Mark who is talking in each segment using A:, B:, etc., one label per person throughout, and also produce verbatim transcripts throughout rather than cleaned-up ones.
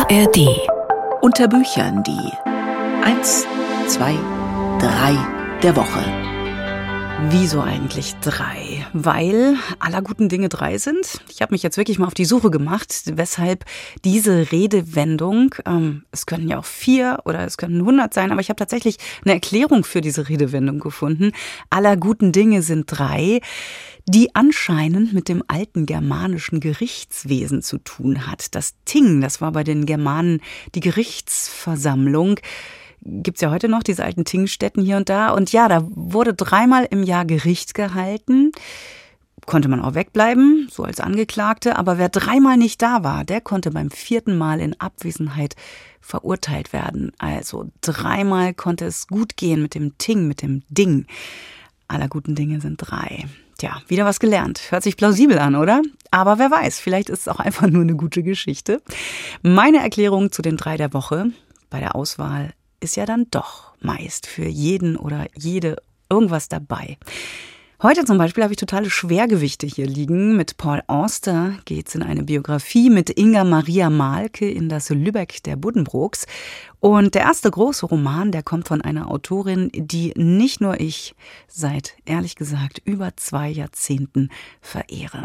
A: A R D.
B: Unter Büchern die eins, zwei, drei der Woche. Wieso eigentlich drei? Weil aller guten Dinge drei sind. Ich habe mich jetzt wirklich mal auf die Suche gemacht, weshalb diese Redewendung, ähm, es können ja auch vier oder es können hundert sein, aber ich habe tatsächlich eine Erklärung für diese Redewendung gefunden. Aller guten Dinge sind drei, die anscheinend mit dem alten germanischen Gerichtswesen zu tun hat. Das Ting, das war bei den Germanen die Gerichtsversammlung. Gibt's ja heute noch, diese alten Tingstätten hier und da. Und ja, da wurde dreimal im Jahr Gericht gehalten. Konnte man auch wegbleiben, so als Angeklagte. Aber wer dreimal nicht da war, der konnte beim vierten Mal in Abwesenheit verurteilt werden. Also dreimal konnte es gut gehen mit dem Ting, mit dem Ding. Aller guten Dinge sind drei. Tja, wieder was gelernt. Hört sich plausibel an, oder? Aber wer weiß, vielleicht ist es auch einfach nur eine gute Geschichte. Meine Erklärung zu den drei der Woche bei der Auswahl ist ja dann doch meist für jeden oder jede irgendwas dabei. Heute zum Beispiel habe ich totale Schwergewichte hier liegen. Mit Paul Auster geht's in eine Biografie, mit Inga Maria Mahlke in das Lübeck der Buddenbrooks. Und der erste große Roman, der kommt von einer Autorin, die nicht nur ich seit, ehrlich gesagt, über zwei Jahrzehnten verehre.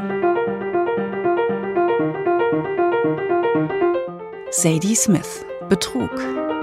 B: Zadie Smith, Betrug.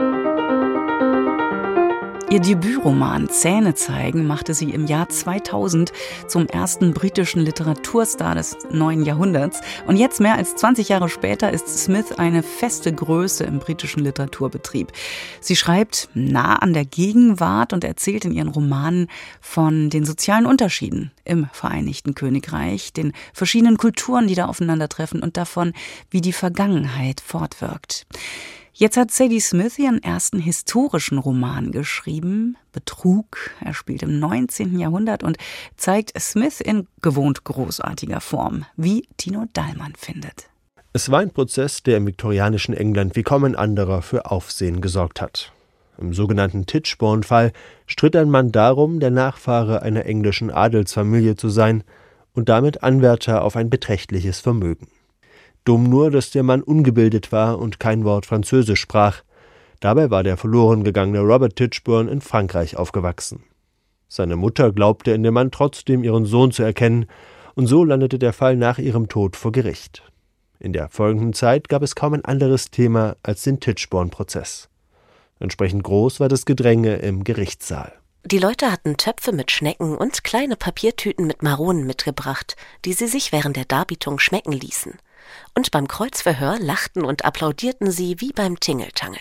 B: Ihr Debütroman Zähne zeigen machte sie im Jahr zweitausend zum ersten britischen Literaturstar des neuen Jahrhunderts. Und jetzt, mehr als zwanzig Jahre später, ist Smith eine feste Größe im britischen Literaturbetrieb. Sie schreibt nah an der Gegenwart und erzählt in ihren Romanen von den sozialen Unterschieden im Vereinigten Königreich, den verschiedenen Kulturen, die da aufeinandertreffen und davon, wie die Vergangenheit fortwirkt. Jetzt hat Zadie Smith ihren ersten historischen Roman geschrieben, Betrug. Er spielt im neunzehnten Jahrhundert und zeigt Smith in gewohnt großartiger Form, wie Tino Dallmann findet.
C: Es war ein Prozess, der im viktorianischen England wie kaum ein anderer für Aufsehen gesorgt hat. Im sogenannten Tichborne-Fall stritt ein Mann darum, der Nachfahre einer englischen Adelsfamilie zu sein und damit Anwärter auf ein beträchtliches Vermögen. Dumm nur, dass der Mann ungebildet war und kein Wort Französisch sprach. Dabei war der verloren gegangene Robert Tichborne in Frankreich aufgewachsen. Seine Mutter glaubte in dem Mann trotzdem ihren Sohn zu erkennen, und so landete der Fall nach ihrem Tod vor Gericht. In der folgenden Zeit gab es kaum ein anderes Thema als den Tichborne-Prozess. Entsprechend groß war das Gedränge im Gerichtssaal.
A: Die Leute hatten Töpfe mit Schnecken und kleine Papiertüten mit Maronen mitgebracht, die sie sich während der Darbietung schmecken ließen. Und beim Kreuzverhör lachten und applaudierten sie wie beim Tingeltangel.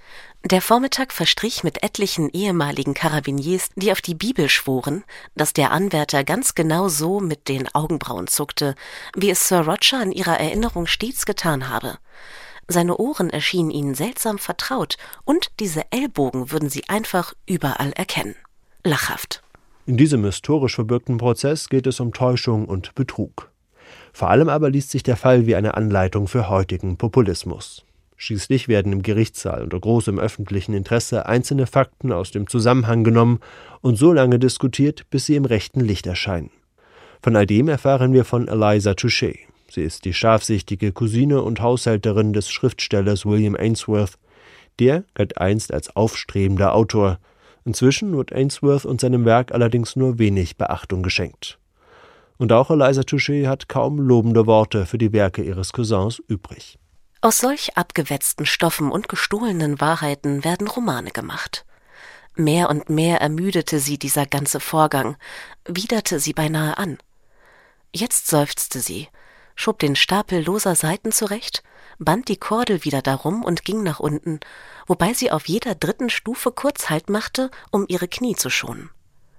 A: Der Vormittag verstrich mit etlichen ehemaligen Karabiniers, die auf die Bibel schworen, dass der Anwärter ganz genau so mit den Augenbrauen zuckte, wie es Sir Roger in ihrer Erinnerung stets getan habe. Seine Ohren erschienen ihnen seltsam vertraut und diese Ellbogen würden sie einfach überall erkennen. Lachhaft.
C: In diesem historisch verbürgten Prozess geht es um Täuschung und Betrug. Vor allem aber liest sich der Fall wie eine Anleitung für heutigen Populismus. Schließlich werden im Gerichtssaal unter großem öffentlichen Interesse einzelne Fakten aus dem Zusammenhang genommen und so lange diskutiert, bis sie im rechten Licht erscheinen. Von all dem erfahren wir von Eliza Touchet. Sie ist die scharfsichtige Cousine und Haushälterin des Schriftstellers William Ainsworth. Der galt einst als aufstrebender Autor. Inzwischen wird Ainsworth und seinem Werk allerdings nur wenig Beachtung geschenkt. Und auch Eliza Touchet hat kaum lobende Worte für die Werke ihres Cousins übrig.
A: Aus solch abgewetzten Stoffen und gestohlenen Wahrheiten werden Romane gemacht. Mehr und mehr ermüdete sie dieser ganze Vorgang, widerte sie beinahe an. Jetzt seufzte sie, schob den Stapel loser Seiten zurecht, band die Kordel wieder darum und ging nach unten, wobei sie auf jeder dritten Stufe kurz Halt machte, um ihre Knie zu schonen.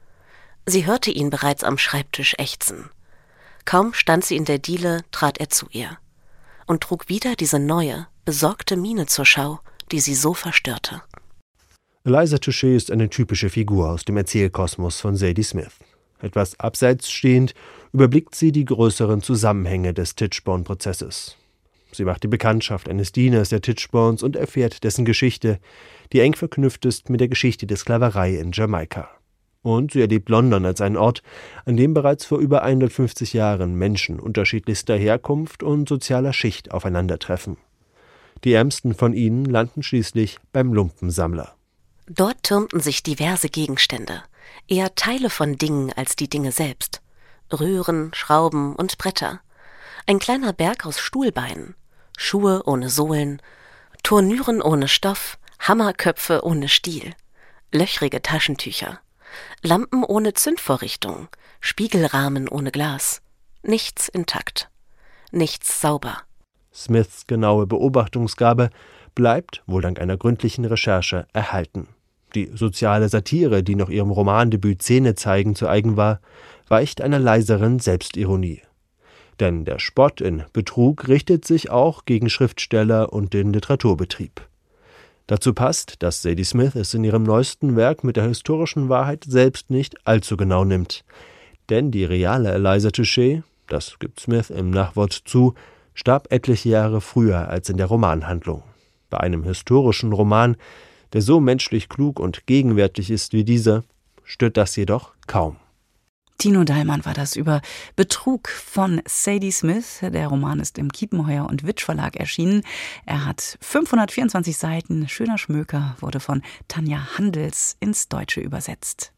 A: Sie hörte ihn bereits am Schreibtisch ächzen. Kaum stand sie in der Diele, trat er zu ihr und trug wieder diese neue, besorgte Miene zur Schau, die sie so verstörte.
C: Eliza Touchet ist eine typische Figur aus dem Erzählkosmos von Zadie Smith. Etwas abseits stehend überblickt sie die größeren Zusammenhänge des Tichborne-Prozesses. Sie macht die Bekanntschaft eines Dieners der Tichbornes und erfährt dessen Geschichte, die eng verknüpft ist mit der Geschichte der Sklaverei in Jamaika. Und sie erlebt London als einen Ort, an dem bereits vor über hundertfünfzig Jahren Menschen unterschiedlichster Herkunft und sozialer Schicht aufeinandertreffen. Die ärmsten von ihnen landen schließlich beim Lumpensammler.
A: Dort türmten sich diverse Gegenstände, eher Teile von Dingen als die Dinge selbst. Röhren, Schrauben und Bretter. Ein kleiner Berg aus Stuhlbeinen, Schuhe ohne Sohlen, Turnüren ohne Stoff, Hammerköpfe ohne Stiel, löchrige Taschentücher, Lampen ohne Zündvorrichtung, Spiegelrahmen ohne Glas. Nichts intakt, nichts sauber.
C: Smiths genaue Beobachtungsgabe bleibt, wohl dank einer gründlichen Recherche, erhalten. Die soziale Satire, die noch ihrem Romandebüt Zähne zeigen zu eigen war, weicht einer leiseren Selbstironie. Denn der Spott in Betrug richtet sich auch gegen Schriftsteller und den Literaturbetrieb. Dazu passt, dass Zadie Smith es in ihrem neuesten Werk mit der historischen Wahrheit selbst nicht allzu genau nimmt. Denn die reale Eliza Touchet, das gibt Smith im Nachwort zu, starb etliche Jahre früher als in der Romanhandlung. Bei einem historischen Roman, der so menschlich klug und gegenwärtig ist wie dieser, stört das jedoch kaum.
B: Tino Dallmann war das über Betrug von Zadie Smith. Der Roman ist im Kiepenheuer und Witsch Verlag erschienen. Er hat fünfhundertvierundzwanzig Seiten. Schöner Schmöker, wurde von Tanja Handels ins Deutsche übersetzt.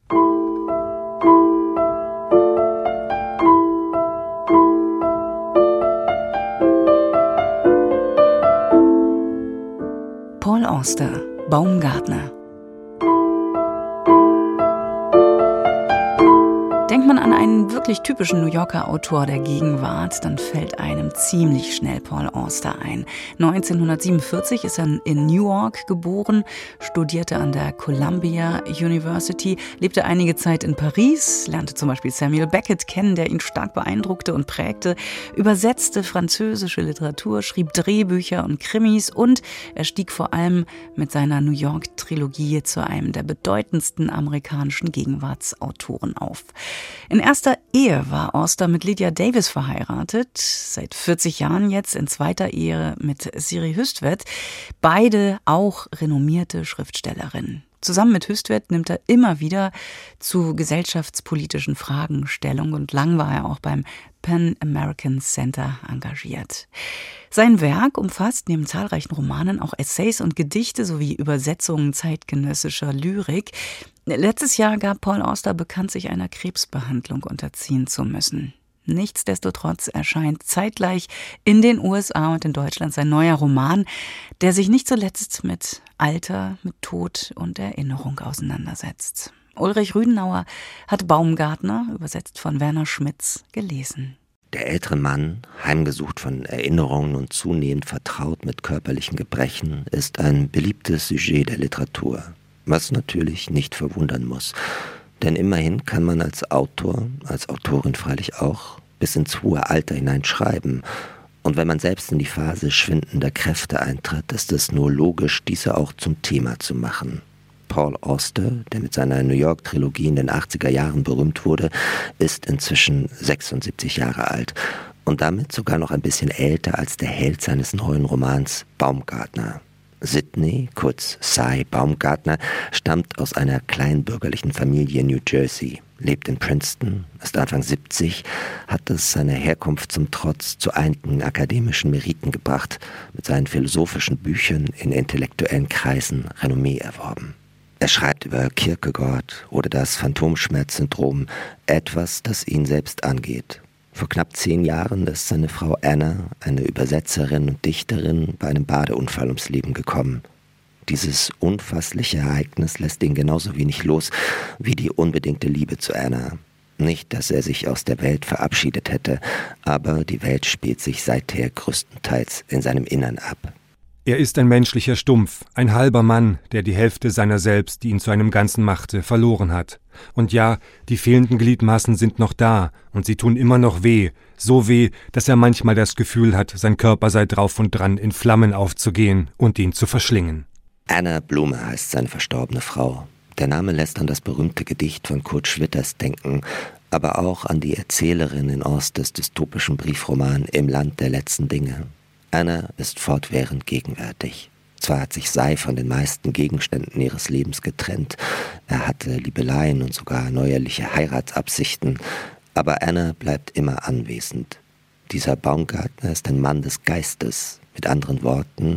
B: Paul Auster, Baumgartner. Denkt man an einen wirklich typischen New Yorker Autor der Gegenwart, dann fällt einem ziemlich schnell Paul Auster ein. neunzehnhundertsiebenundvierzig ist er in Newark geboren, studierte an der Columbia University, lebte einige Zeit in Paris, lernte zum Beispiel Samuel Beckett kennen, der ihn stark beeindruckte und prägte, übersetzte französische Literatur, schrieb Drehbücher und Krimis und er stieg vor allem mit seiner New York-Trilogie zu einem der bedeutendsten amerikanischen Gegenwartsautoren auf. In erster Ehe war Auster mit Lydia Davis verheiratet, seit vierzig Jahren jetzt in zweiter Ehe mit Siri Hustvedt, beide auch renommierte Schriftstellerinnen. Zusammen mit Hustvedt nimmt er immer wieder zu gesellschaftspolitischen Fragen Stellung und lang war er auch beim Pan American Center engagiert. Sein Werk umfasst neben zahlreichen Romanen auch Essays und Gedichte sowie Übersetzungen zeitgenössischer Lyrik. Letztes Jahr gab Paul Auster bekannt, sich einer Krebsbehandlung unterziehen zu müssen. Nichtsdestotrotz erscheint zeitgleich in den U S A und in Deutschland sein neuer Roman, der sich nicht zuletzt mit Alter, mit Tod und Erinnerung auseinandersetzt. Ulrich Rüdenauer hat Baumgartner, übersetzt von Werner Schmitz, gelesen.
D: Der ältere Mann, heimgesucht von Erinnerungen und zunehmend vertraut mit körperlichen Gebrechen, ist ein beliebtes Sujet der Literatur, was natürlich nicht verwundern muss. Denn immerhin kann man als Autor, als Autorin freilich auch, bis ins hohe Alter hinein schreiben. Und wenn man selbst in die Phase schwindender Kräfte eintritt, ist es nur logisch, diese auch zum Thema zu machen. Paul Auster, der mit seiner New York-Trilogie in den achtziger Jahren berühmt wurde, ist inzwischen sechsundsiebzig Jahre alt und damit sogar noch ein bisschen älter als der Held seines neuen Romans Baumgartner. Sidney, kurz Cy Baumgartner, stammt aus einer kleinbürgerlichen Familie in New Jersey, lebt in Princeton, ist Anfang siebzig, hat es seiner Herkunft zum Trotz zu einigen akademischen Meriten gebracht, mit seinen philosophischen Büchern in intellektuellen Kreisen Renommee erworben. Er schreibt über Kierkegaard oder das Phantomschmerzsyndrom, etwas, das ihn selbst angeht. Vor knapp zehn Jahren ist seine Frau Anna, eine Übersetzerin und Dichterin, bei einem Badeunfall ums Leben gekommen. Dieses unfassliche Ereignis lässt ihn genauso wenig los wie die unbedingte Liebe zu Anna. Nicht, dass er sich aus der Welt verabschiedet hätte, aber die Welt spielt sich seither größtenteils in seinem Innern ab.
E: Er ist ein menschlicher Stumpf, ein halber Mann, der die Hälfte seiner selbst, die ihn zu einem Ganzen machte, verloren hat. Und ja, die fehlenden Gliedmaßen sind noch da, und sie tun immer noch weh, so weh, dass er manchmal das Gefühl hat, sein Körper sei drauf und dran, in Flammen aufzugehen und ihn zu verschlingen.
D: Anna Blume heißt seine verstorbene Frau. Der Name lässt an das berühmte Gedicht von Kurt Schwitters denken, aber auch an die Erzählerin in Austers dystopischen Briefroman Im Land der letzten Dinge. Anna ist fortwährend gegenwärtig. Zwar hat sich Cy von den meisten Gegenständen ihres Lebens getrennt, er hatte Liebeleien und sogar neuerliche Heiratsabsichten, aber Anna bleibt immer anwesend. Dieser Baumgartner ist ein Mann des Geistes, mit anderen Worten,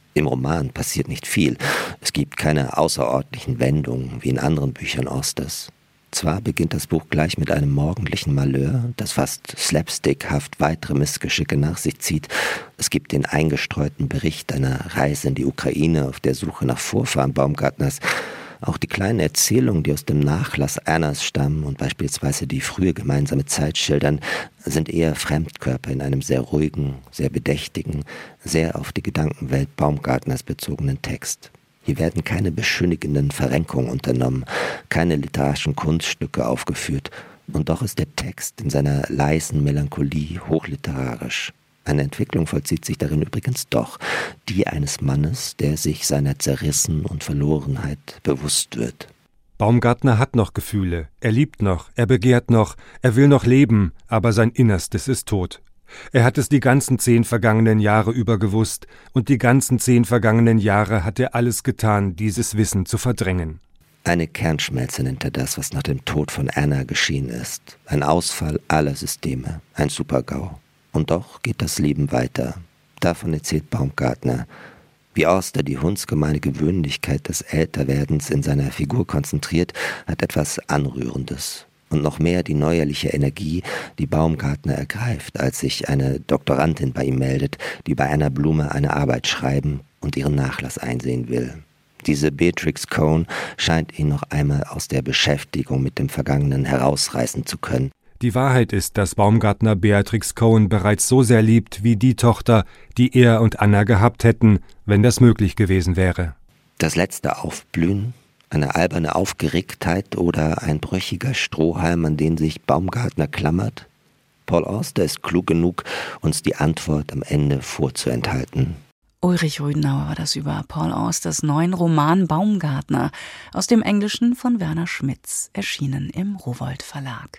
D: Im Roman passiert nicht viel. Es gibt keine außerordentlichen Wendungen wie in anderen Büchern Austers. Zwar beginnt das Buch gleich mit einem morgendlichen Malheur, das fast slapstickhaft weitere Missgeschicke nach sich zieht. Es gibt den eingestreuten Bericht einer Reise in die Ukraine auf der Suche nach Vorfahren Baumgartners. Auch die kleinen Erzählungen, die aus dem Nachlass Annas stammen und beispielsweise die frühe gemeinsame Zeit schildern, sind eher Fremdkörper in einem sehr ruhigen, sehr bedächtigen, sehr auf die Gedankenwelt Baumgartners bezogenen Text. Hier werden keine beschönigenden Verrenkungen unternommen, keine literarischen Kunststücke aufgeführt, und doch ist der Text in seiner leisen Melancholie hochliterarisch. Eine Entwicklung vollzieht sich darin übrigens doch, die eines Mannes, der sich seiner Zerrissen und Verlorenheit bewusst wird.
E: Baumgartner hat noch Gefühle, er liebt noch, er begehrt noch, er will noch leben, aber sein Innerstes ist tot. Er hat es die ganzen zehn vergangenen Jahre über gewusst, und die ganzen zehn vergangenen Jahre hat er alles getan, dieses Wissen zu verdrängen.
D: Eine Kernschmelze nennt er das, was nach dem Tod von Anna geschehen ist. Ein Ausfall aller Systeme, ein Super-GAU. Und doch geht das Leben weiter. Davon erzählt Baumgartner. Wie Auster die hundsgemeine Gewöhnlichkeit des Älterwerdens in seiner Figur konzentriert, hat etwas Anrührendes. Und noch mehr die neuerliche Energie, die Baumgartner ergreift, als sich eine Doktorandin bei ihm meldet, die bei Anna Blume eine Arbeit schreiben und ihren Nachlass einsehen will. Diese Beatrix Cohn scheint ihn noch einmal aus der Beschäftigung mit dem Vergangenen herausreißen zu können.
E: Die Wahrheit ist, dass Baumgartner Beatrix Cohn bereits so sehr liebt wie die Tochter, die er und Anna gehabt hätten, wenn das möglich gewesen wäre.
D: Das letzte Aufblühen, eine alberne Aufgeregtheit oder ein brüchiger Strohhalm, an den sich Baumgartner klammert? Paul Auster ist klug genug, uns die Antwort am Ende vorzuenthalten.
B: Ulrich Rüdenauer war das über Paul Austers neuen Roman Baumgartner, aus dem Englischen von Werner Schmitz, erschienen im Rowohlt Verlag.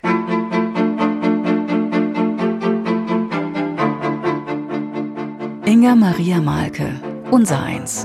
B: Inga Maria Malke, Unser Eins.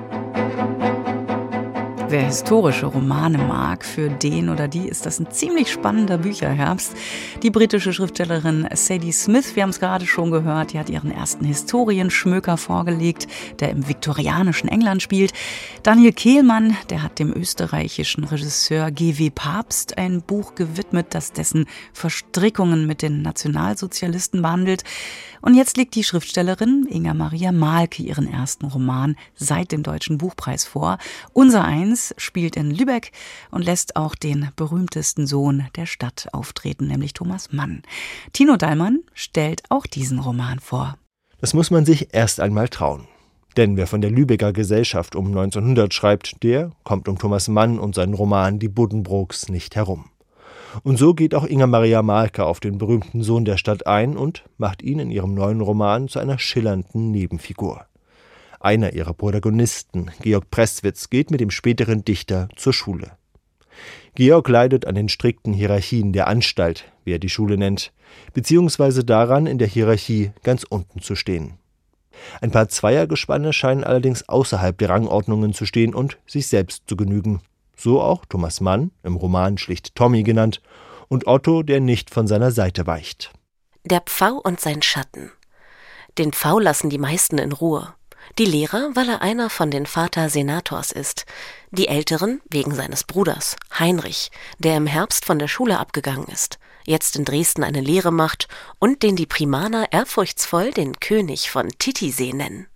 B: Wer historische Romane mag, für den oder die ist das ein ziemlich spannender Bücherherbst. Die britische Schriftstellerin Sadie Smith, wir haben es gerade schon gehört, die hat ihren ersten Historienschmöker vorgelegt, der im viktorianischen England spielt. Daniel Kehlmann, der hat dem österreichischen Regisseur G W Papst ein Buch gewidmet, das dessen Verstrickungen mit den Nationalsozialisten behandelt. Und jetzt legt die Schriftstellerin Inga Maria Malke ihren ersten Roman seit dem Deutschen Buchpreis vor. Unser Eins spielt in Lübeck und lässt auch den berühmtesten Sohn der Stadt auftreten, nämlich Thomas Mann. Tino Dallmann stellt auch diesen Roman vor.
C: Das muss man sich erst einmal trauen. Denn wer von der Lübecker Gesellschaft um neunzehnhundert schreibt, der kommt um Thomas Mann und seinen Roman Die Buddenbrooks nicht herum. Und so geht auch Inga Maria Malke auf den berühmten Sohn der Stadt ein und macht ihn in ihrem neuen Roman zu einer schillernden Nebenfigur. Einer ihrer Protagonisten, Georg Presswitz, geht mit dem späteren Dichter zur Schule. Georg leidet an den strikten Hierarchien der Anstalt, wie er die Schule nennt, beziehungsweise daran, in der Hierarchie ganz unten zu stehen. Ein paar Zweiergespanne scheinen allerdings außerhalb der Rangordnungen zu stehen und sich selbst zu genügen. So auch Thomas Mann, im Roman schlicht Tommy genannt, und Otto, der nicht von seiner Seite weicht.
A: Der Pfau und sein Schatten. Den Pfau lassen die meisten in Ruhe. Die Lehrer, weil er einer von den Vater Senators ist. Die Älteren wegen seines Bruders, Heinrich, der im Herbst von der Schule abgegangen ist, jetzt in Dresden eine Lehre macht und den die Primaner ehrfurchtsvoll den König von Titisee nennen.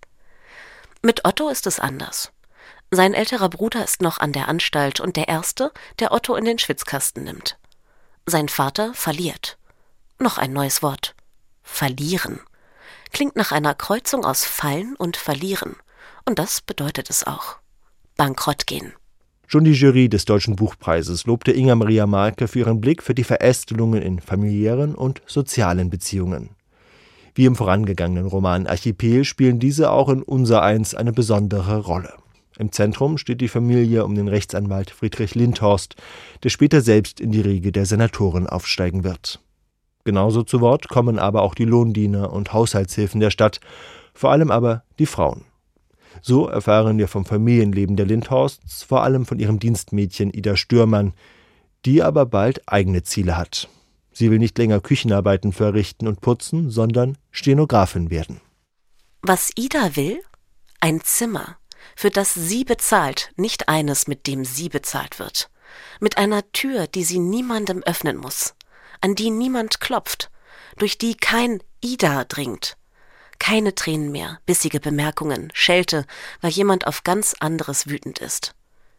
A: Mit Otto ist es anders. Sein älterer Bruder ist noch an der Anstalt und der Erste, der Otto in den Schwitzkasten nimmt. Sein Vater verliert. Noch ein neues Wort. Verlieren. Klingt nach einer Kreuzung aus Fallen und Verlieren. Und das bedeutet es auch. Bankrott gehen.
C: Schon die Jury des Deutschen Buchpreises lobte Inga Maria Malke für ihren Blick für die Verästelungen in familiären und sozialen Beziehungen. Wie im vorangegangenen Roman Archipel spielen diese auch in Unser Eins eine besondere Rolle. Im Zentrum steht die Familie um den Rechtsanwalt Friedrich Lindhorst, der später selbst in die Riege der Senatoren aufsteigen wird. Genauso zu Wort kommen aber auch die Lohndiener und Haushaltshilfen der Stadt, vor allem aber die Frauen. So erfahren wir vom Familienleben der Lindhorsts, vor allem von ihrem Dienstmädchen Ida Stürmann, die aber bald eigene Ziele hat. Sie will nicht länger Küchenarbeiten verrichten und putzen, sondern Stenografin werden.
A: Was Ida will? Ein Zimmer, für das sie bezahlt, nicht eines, mit dem sie bezahlt wird. Mit einer Tür, die sie niemandem öffnen muss, an die niemand klopft, durch die kein Ida dringt. Keine Tränen mehr, bissige Bemerkungen, Schelte, weil jemand auf ganz anderes wütend ist.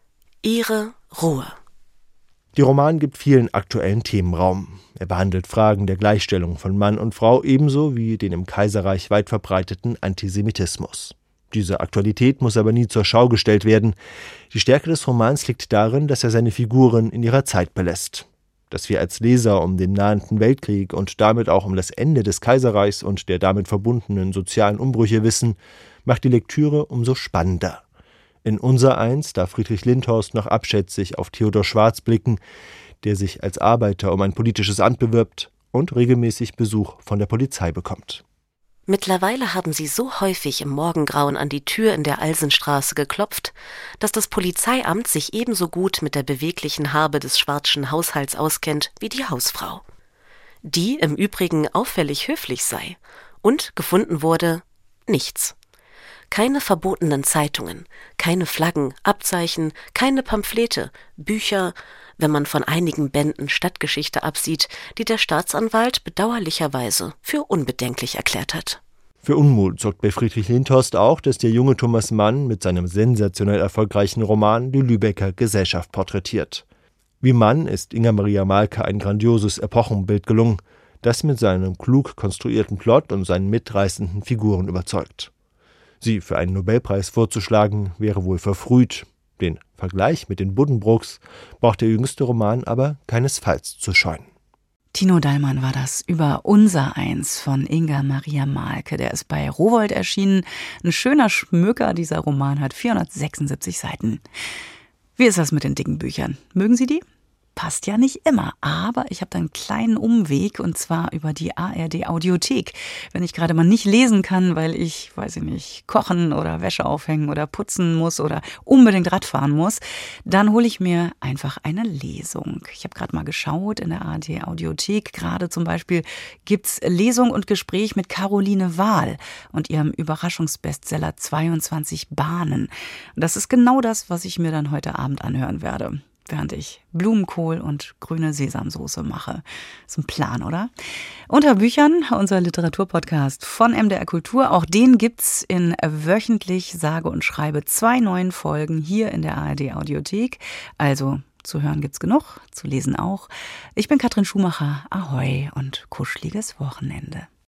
A: Ihre Ruhe.
C: Der Roman gibt vielen aktuellen Themen Raum. Er behandelt Fragen der Gleichstellung von Mann und Frau ebenso wie den im Kaiserreich weit verbreiteten Antisemitismus. Diese Aktualität muss aber nie zur Schau gestellt werden. Die Stärke des Romans liegt darin, dass er seine Figuren in ihrer Zeit belässt. Dass wir als Leser um den nahenden Weltkrieg und damit auch um das Ende des Kaiserreichs und der damit verbundenen sozialen Umbrüche wissen, macht die Lektüre umso spannender. In Unsereins darf Friedrich Lindhorst noch abschätzig auf Theodor Schwarz blicken, der sich als Arbeiter um ein politisches Amt bewirbt und regelmäßig Besuch von der Polizei bekommt.
A: Mittlerweile haben sie so häufig im Morgengrauen an die Tür in der Alsenstraße geklopft, dass das Polizeiamt sich ebenso gut mit der beweglichen Harbe des Schwarzschen Haushalts auskennt wie die Hausfrau. Die im Übrigen auffällig höflich sei und gefunden wurde nichts. Keine verbotenen Zeitungen, keine Flaggen, Abzeichen, keine Pamphlete, Bücher, wenn man von einigen Bänden Stadtgeschichte absieht, die der Staatsanwalt bedauerlicherweise für unbedenklich erklärt hat.
C: Für Unmut sorgt bei Friedrich Lindhorst auch, dass der junge Thomas Mann mit seinem sensationell erfolgreichen Roman die Lübecker Gesellschaft porträtiert. Wie Mann ist Inger Maria Malke ein grandioses Epochenbild gelungen, das mit seinem klug konstruierten Plot und seinen mitreißenden Figuren überzeugt. Sie für einen Nobelpreis vorzuschlagen, wäre wohl verfrüht. Den Vergleich mit den Buddenbrooks braucht der jüngste Roman aber keinesfalls zu scheuen.
B: Tino Dallmann war das über Unsereins von Inger Maria Malke. Der ist bei Rowohlt erschienen. Ein schöner Schmöker, dieser Roman hat vierhundertsechsundsiebzig Seiten. Wie ist das mit den dicken Büchern? Mögen Sie die? Passt ja nicht immer, aber ich habe da einen kleinen Umweg und zwar über die A R D Audiothek. Wenn ich gerade mal nicht lesen kann, weil ich, weiß ich nicht, kochen oder Wäsche aufhängen oder putzen muss oder unbedingt Radfahren muss, dann hole ich mir einfach eine Lesung. Ich habe gerade mal geschaut in der A R D Audiothek. Gerade zum Beispiel gibt's Lesung und Gespräch mit Caroline Wahl und ihrem Überraschungsbestseller zweiundzwanzig Bahnen. Und das ist genau das, was ich mir dann heute Abend anhören werde, während ich Blumenkohl und grüne Sesamsoße mache. Ist ein Plan, oder? Unter Büchern, unser Literaturpodcast von M D R Kultur. Auch den gibt's in wöchentlich sage und schreibe zwei neuen Folgen hier in der A R D Audiothek. Also zu hören gibt's genug, zu lesen auch. Ich bin Katrin Schumacher. Ahoi und kuscheliges Wochenende.